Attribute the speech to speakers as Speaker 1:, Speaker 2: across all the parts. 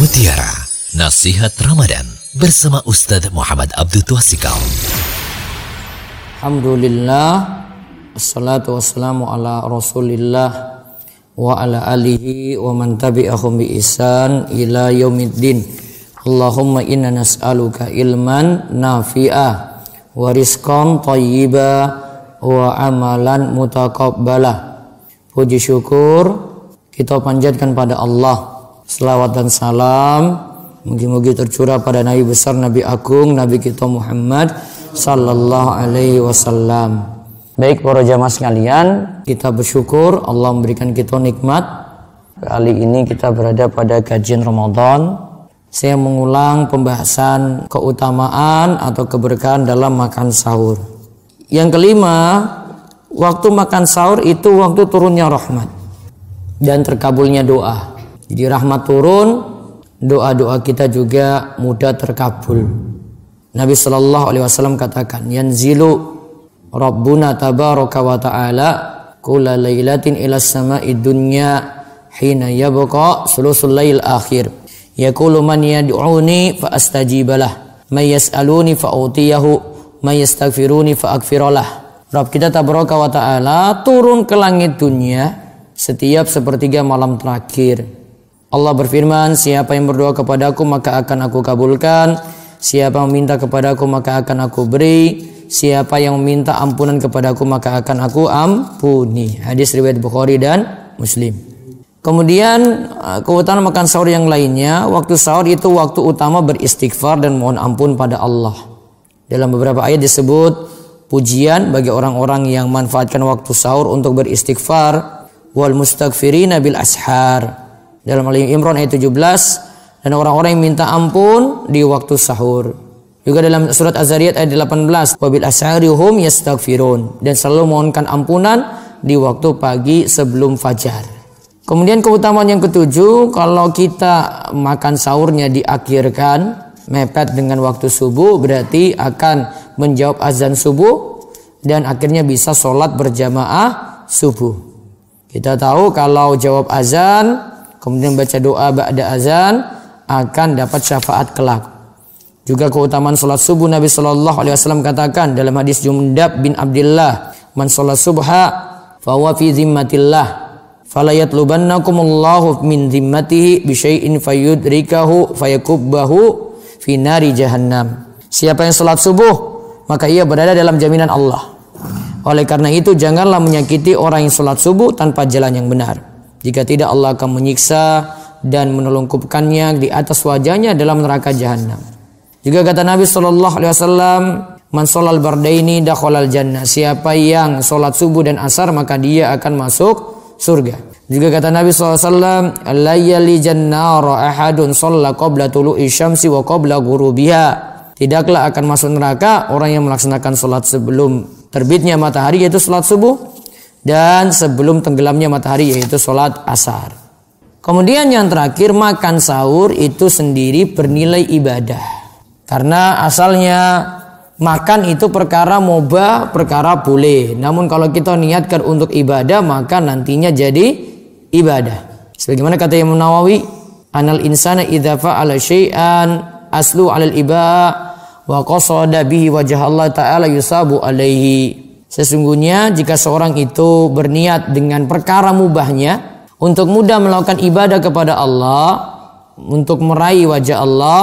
Speaker 1: Mutiara Nasihat Ramadan bersama Ustaz Muhammad Abdul Twasikal.
Speaker 2: Alhamdulillah, assalatu wassalamu ala rasulillah wa ala alihi wa man tabi'ahum bi ihsan ila yaumiddin. Allahumma inna nas'aluka ilman nafi'a wa rizqan thayyiba wa amalan mutaqabbala. Puji syukur kita panjatkan pada Allah. Selawat dan salam mugi-mugi tercurah pada Nabi besar, Nabi agung, Nabi kita Muhammad sallallahu alaihi wasallam. Baik para jamaah sekalian, kita bersyukur Allah memberikan kita nikmat. Kali ini kita berada pada kajian Ramadan. Saya mengulang pembahasan keutamaan atau keberkahan dalam makan sahur. Yang kelima, waktu makan sahur itu waktu turunnya rahmat dan terkabulnya doa. Jadi rahmat turun, doa-doa kita juga mudah terkabul. Nabi sallallahu alaihi wasallam katakan, yanzilu Rabbuna tabaraka wa ta'ala kulla lailatin ila samai dunya hina yabqa sulusul lail akhir. Yaqulu man yad'uni fa astajibalah, may yas'aluni fa utiyahu, may yastaghfiruni fa aghfiralah. Rabb kita tabaraka wa ta'ala turun ke langit dunia setiap sepertiga malam terakhir. Allah berfirman, siapa yang berdoa kepadaku maka akan aku kabulkan, siapa yang meminta kepadaku maka akan aku beri, siapa yang meminta ampunan kepadaku maka akan aku ampuni. Hadis riwayat Bukhari dan Muslim. Kemudian keutamaan makan sahur yang lainnya, waktu sahur itu waktu utama beristighfar dan mohon ampun pada Allah. Dalam beberapa ayat disebut pujian bagi orang-orang yang manfaatkan waktu sahur untuk beristighfar, wal mustaghfirina bil ashar. Dalam Al-Imran ayat 17, dan orang-orang yang minta ampun di waktu sahur. Juga dalam surat Az-Zariyat ayat 18, wabil asharihum yastaghfirun, dan selalu mohonkan ampunan di waktu pagi sebelum fajar. Kemudian keutamaan yang ketujuh, kalau kita makan sahurnya diakhirkan mepet dengan waktu subuh, berarti akan menjawab azan subuh dan akhirnya bisa sholat berjamaah subuh. Kita tahu kalau jawab azan kemudian baca doa ba'da azan akan dapat syafaat kelak. Juga keutamaan salat subuh, Nabi sallallahu alaihi wasallam katakan dalam hadis Jundab bin Abdullah, man salat subha fa huwa fi zimmatillah fala yatlubannakumullahu min zimmatihi bi syai'in fayudrikahu fayakubbahu fi nari jahannam. Siapa yang salat subuh maka ia berada dalam jaminan Allah. Oleh karena itu janganlah menyakiti orang yang salat subuh tanpa jalan yang benar. Jika tidak, Allah akan menyiksa dan menelungkupkannya di atas wajahnya dalam neraka jahanam. Juga kata Nabi sallallahu alaihi wasallam, man sholal bardaini dakhalal jannah. Siapa yang sholat subuh dan asar maka dia akan masuk surga. Juga kata Nabi sallallahu alaihi wasallam, la yalijan nara ahadun shalla qabla tulu'i syamsi wa qabla ghurubiha. Tidaklah akan masuk neraka orang yang melaksanakan sholat sebelum terbitnya matahari, yaitu sholat subuh, dan sebelum tenggelamnya matahari, yaitu sholat asar. Kemudian yang terakhir, makan sahur itu sendiri bernilai ibadah. Karena asalnya makan itu perkara mubah, perkara boleh. Namun kalau kita niatkan untuk ibadah, maka nantinya jadi ibadah. Sebagaimana kata Imam Nawawi, anal insana idza fa'ala syai'an aslu 'alal ibah wa qasada bihi wajh Allah ta'ala yusabu alaihi. Sesungguhnya jika seorang itu berniat dengan perkara mubahnya untuk mudah melakukan ibadah kepada Allah, untuk meraih wajah Allah,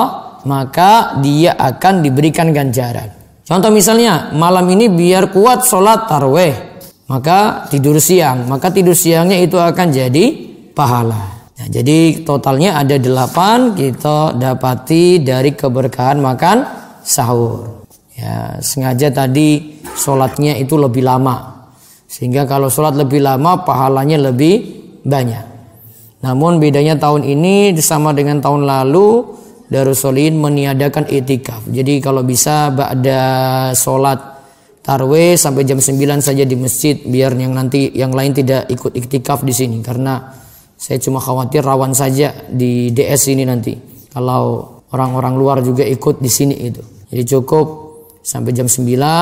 Speaker 2: maka dia akan diberikan ganjaran. Contoh misalnya, malam ini biar kuat sholat tarawih, maka tidur siang. Maka tidur siangnya itu akan jadi pahala. Nah, jadi totalnya ada 8 kita dapati dari keberkahan makan sahur. Ya, sengaja tadi sholatnya itu lebih lama, sehingga kalau sholat lebih lama pahalanya lebih banyak. Namun bedanya tahun ini sama dengan tahun lalu, Darus Sholihin meniadakan i'tikaf. Jadi kalau bisa ba'da sholat tarawih sampai jam 9 saja di masjid, biar yang lain tidak ikut i'tikaf di sini. Karena saya cuma khawatir rawan saja di DS ini nanti kalau orang-orang luar juga ikut di sini itu. Jadi cukup sampai jam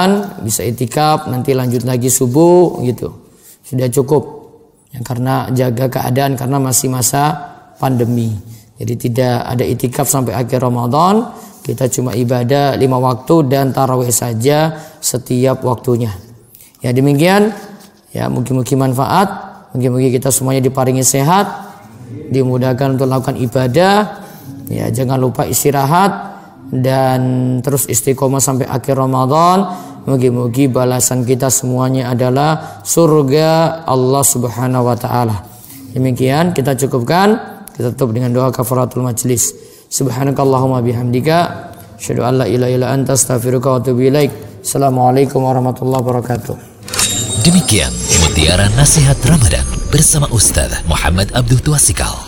Speaker 2: 9 bisa i'tikaf, nanti lanjut lagi subuh gitu. Sudah cukup. Ya, karena jaga keadaan karena masih masa pandemi. Jadi tidak ada itikaf sampai akhir Ramadan. Kita cuma ibadah 5 waktu dan tarawih saja setiap waktunya. Ya demikian. Ya mungkin manfaat. Mungkin kita semuanya diparingi sehat, dimudahkan untuk melakukan ibadah. Ya jangan lupa istirahat dan terus istiqomah sampai akhir Ramadan. Mugi-mugi balasan kita semuanya adalah surga Allah Subhanahu wa taala. Demikian kita cukupkan, kita tutup dengan doa kafaratul majlis. Subhanakallahumma bihamdika asyhadu an la ilaha illa anta astaghfiruka wa atubu ilaik. Assalamualaikum warahmatullahi wabarakatuh.
Speaker 1: Demikian mutiara nasihat Ramadan bersama Ustaz Muhammad Abdul Twasikal.